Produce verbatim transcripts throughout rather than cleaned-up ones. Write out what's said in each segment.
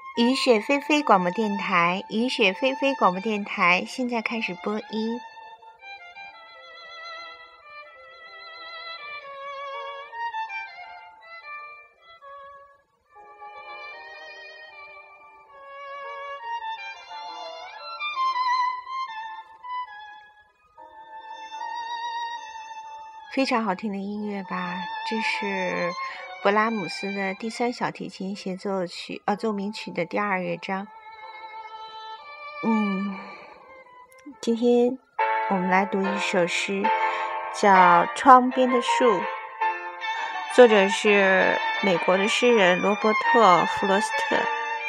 雨雪霏霏广播电台，雨雪霏霏广播电台现在开始播音。非常好听的音乐吧，这是勃拉姆斯的第三小提琴协奏曲呃奏鸣曲的第二乐章。嗯，今天我们来读一首诗，叫《窗边的树》，作者是美国的诗人罗伯特·弗罗斯特。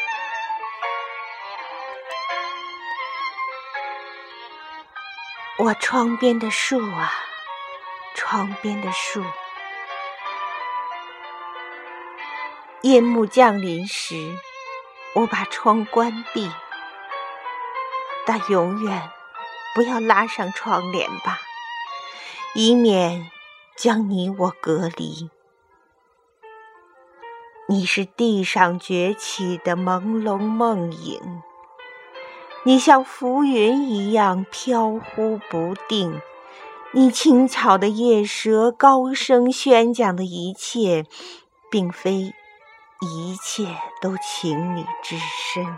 我窗边的树啊，窗边的树，夜幕降临时，我把窗关闭，但永远不要拉上窗帘吧，以免将你我隔离。你是地上崛起的朦胧梦影，你像浮云一样飘忽不定，你轻巧的夜蛇高声宣讲的一切，并非一切都情理之深。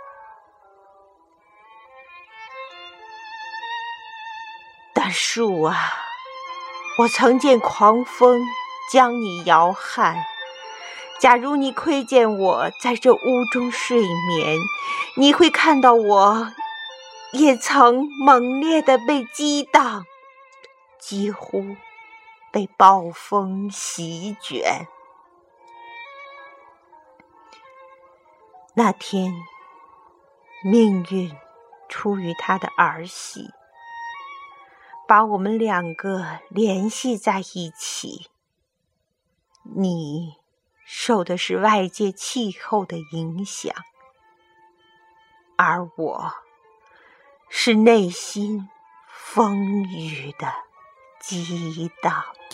但树啊，我曾见狂风将你摇撼。假如你窥见我在这屋中睡眠，你会看到我也曾猛烈地被激荡，几乎被暴风席卷。那天，命运出于他的儿戏，把我们两个联系在一起。你受的是外界气候的影响，而我是内心风雨的激荡。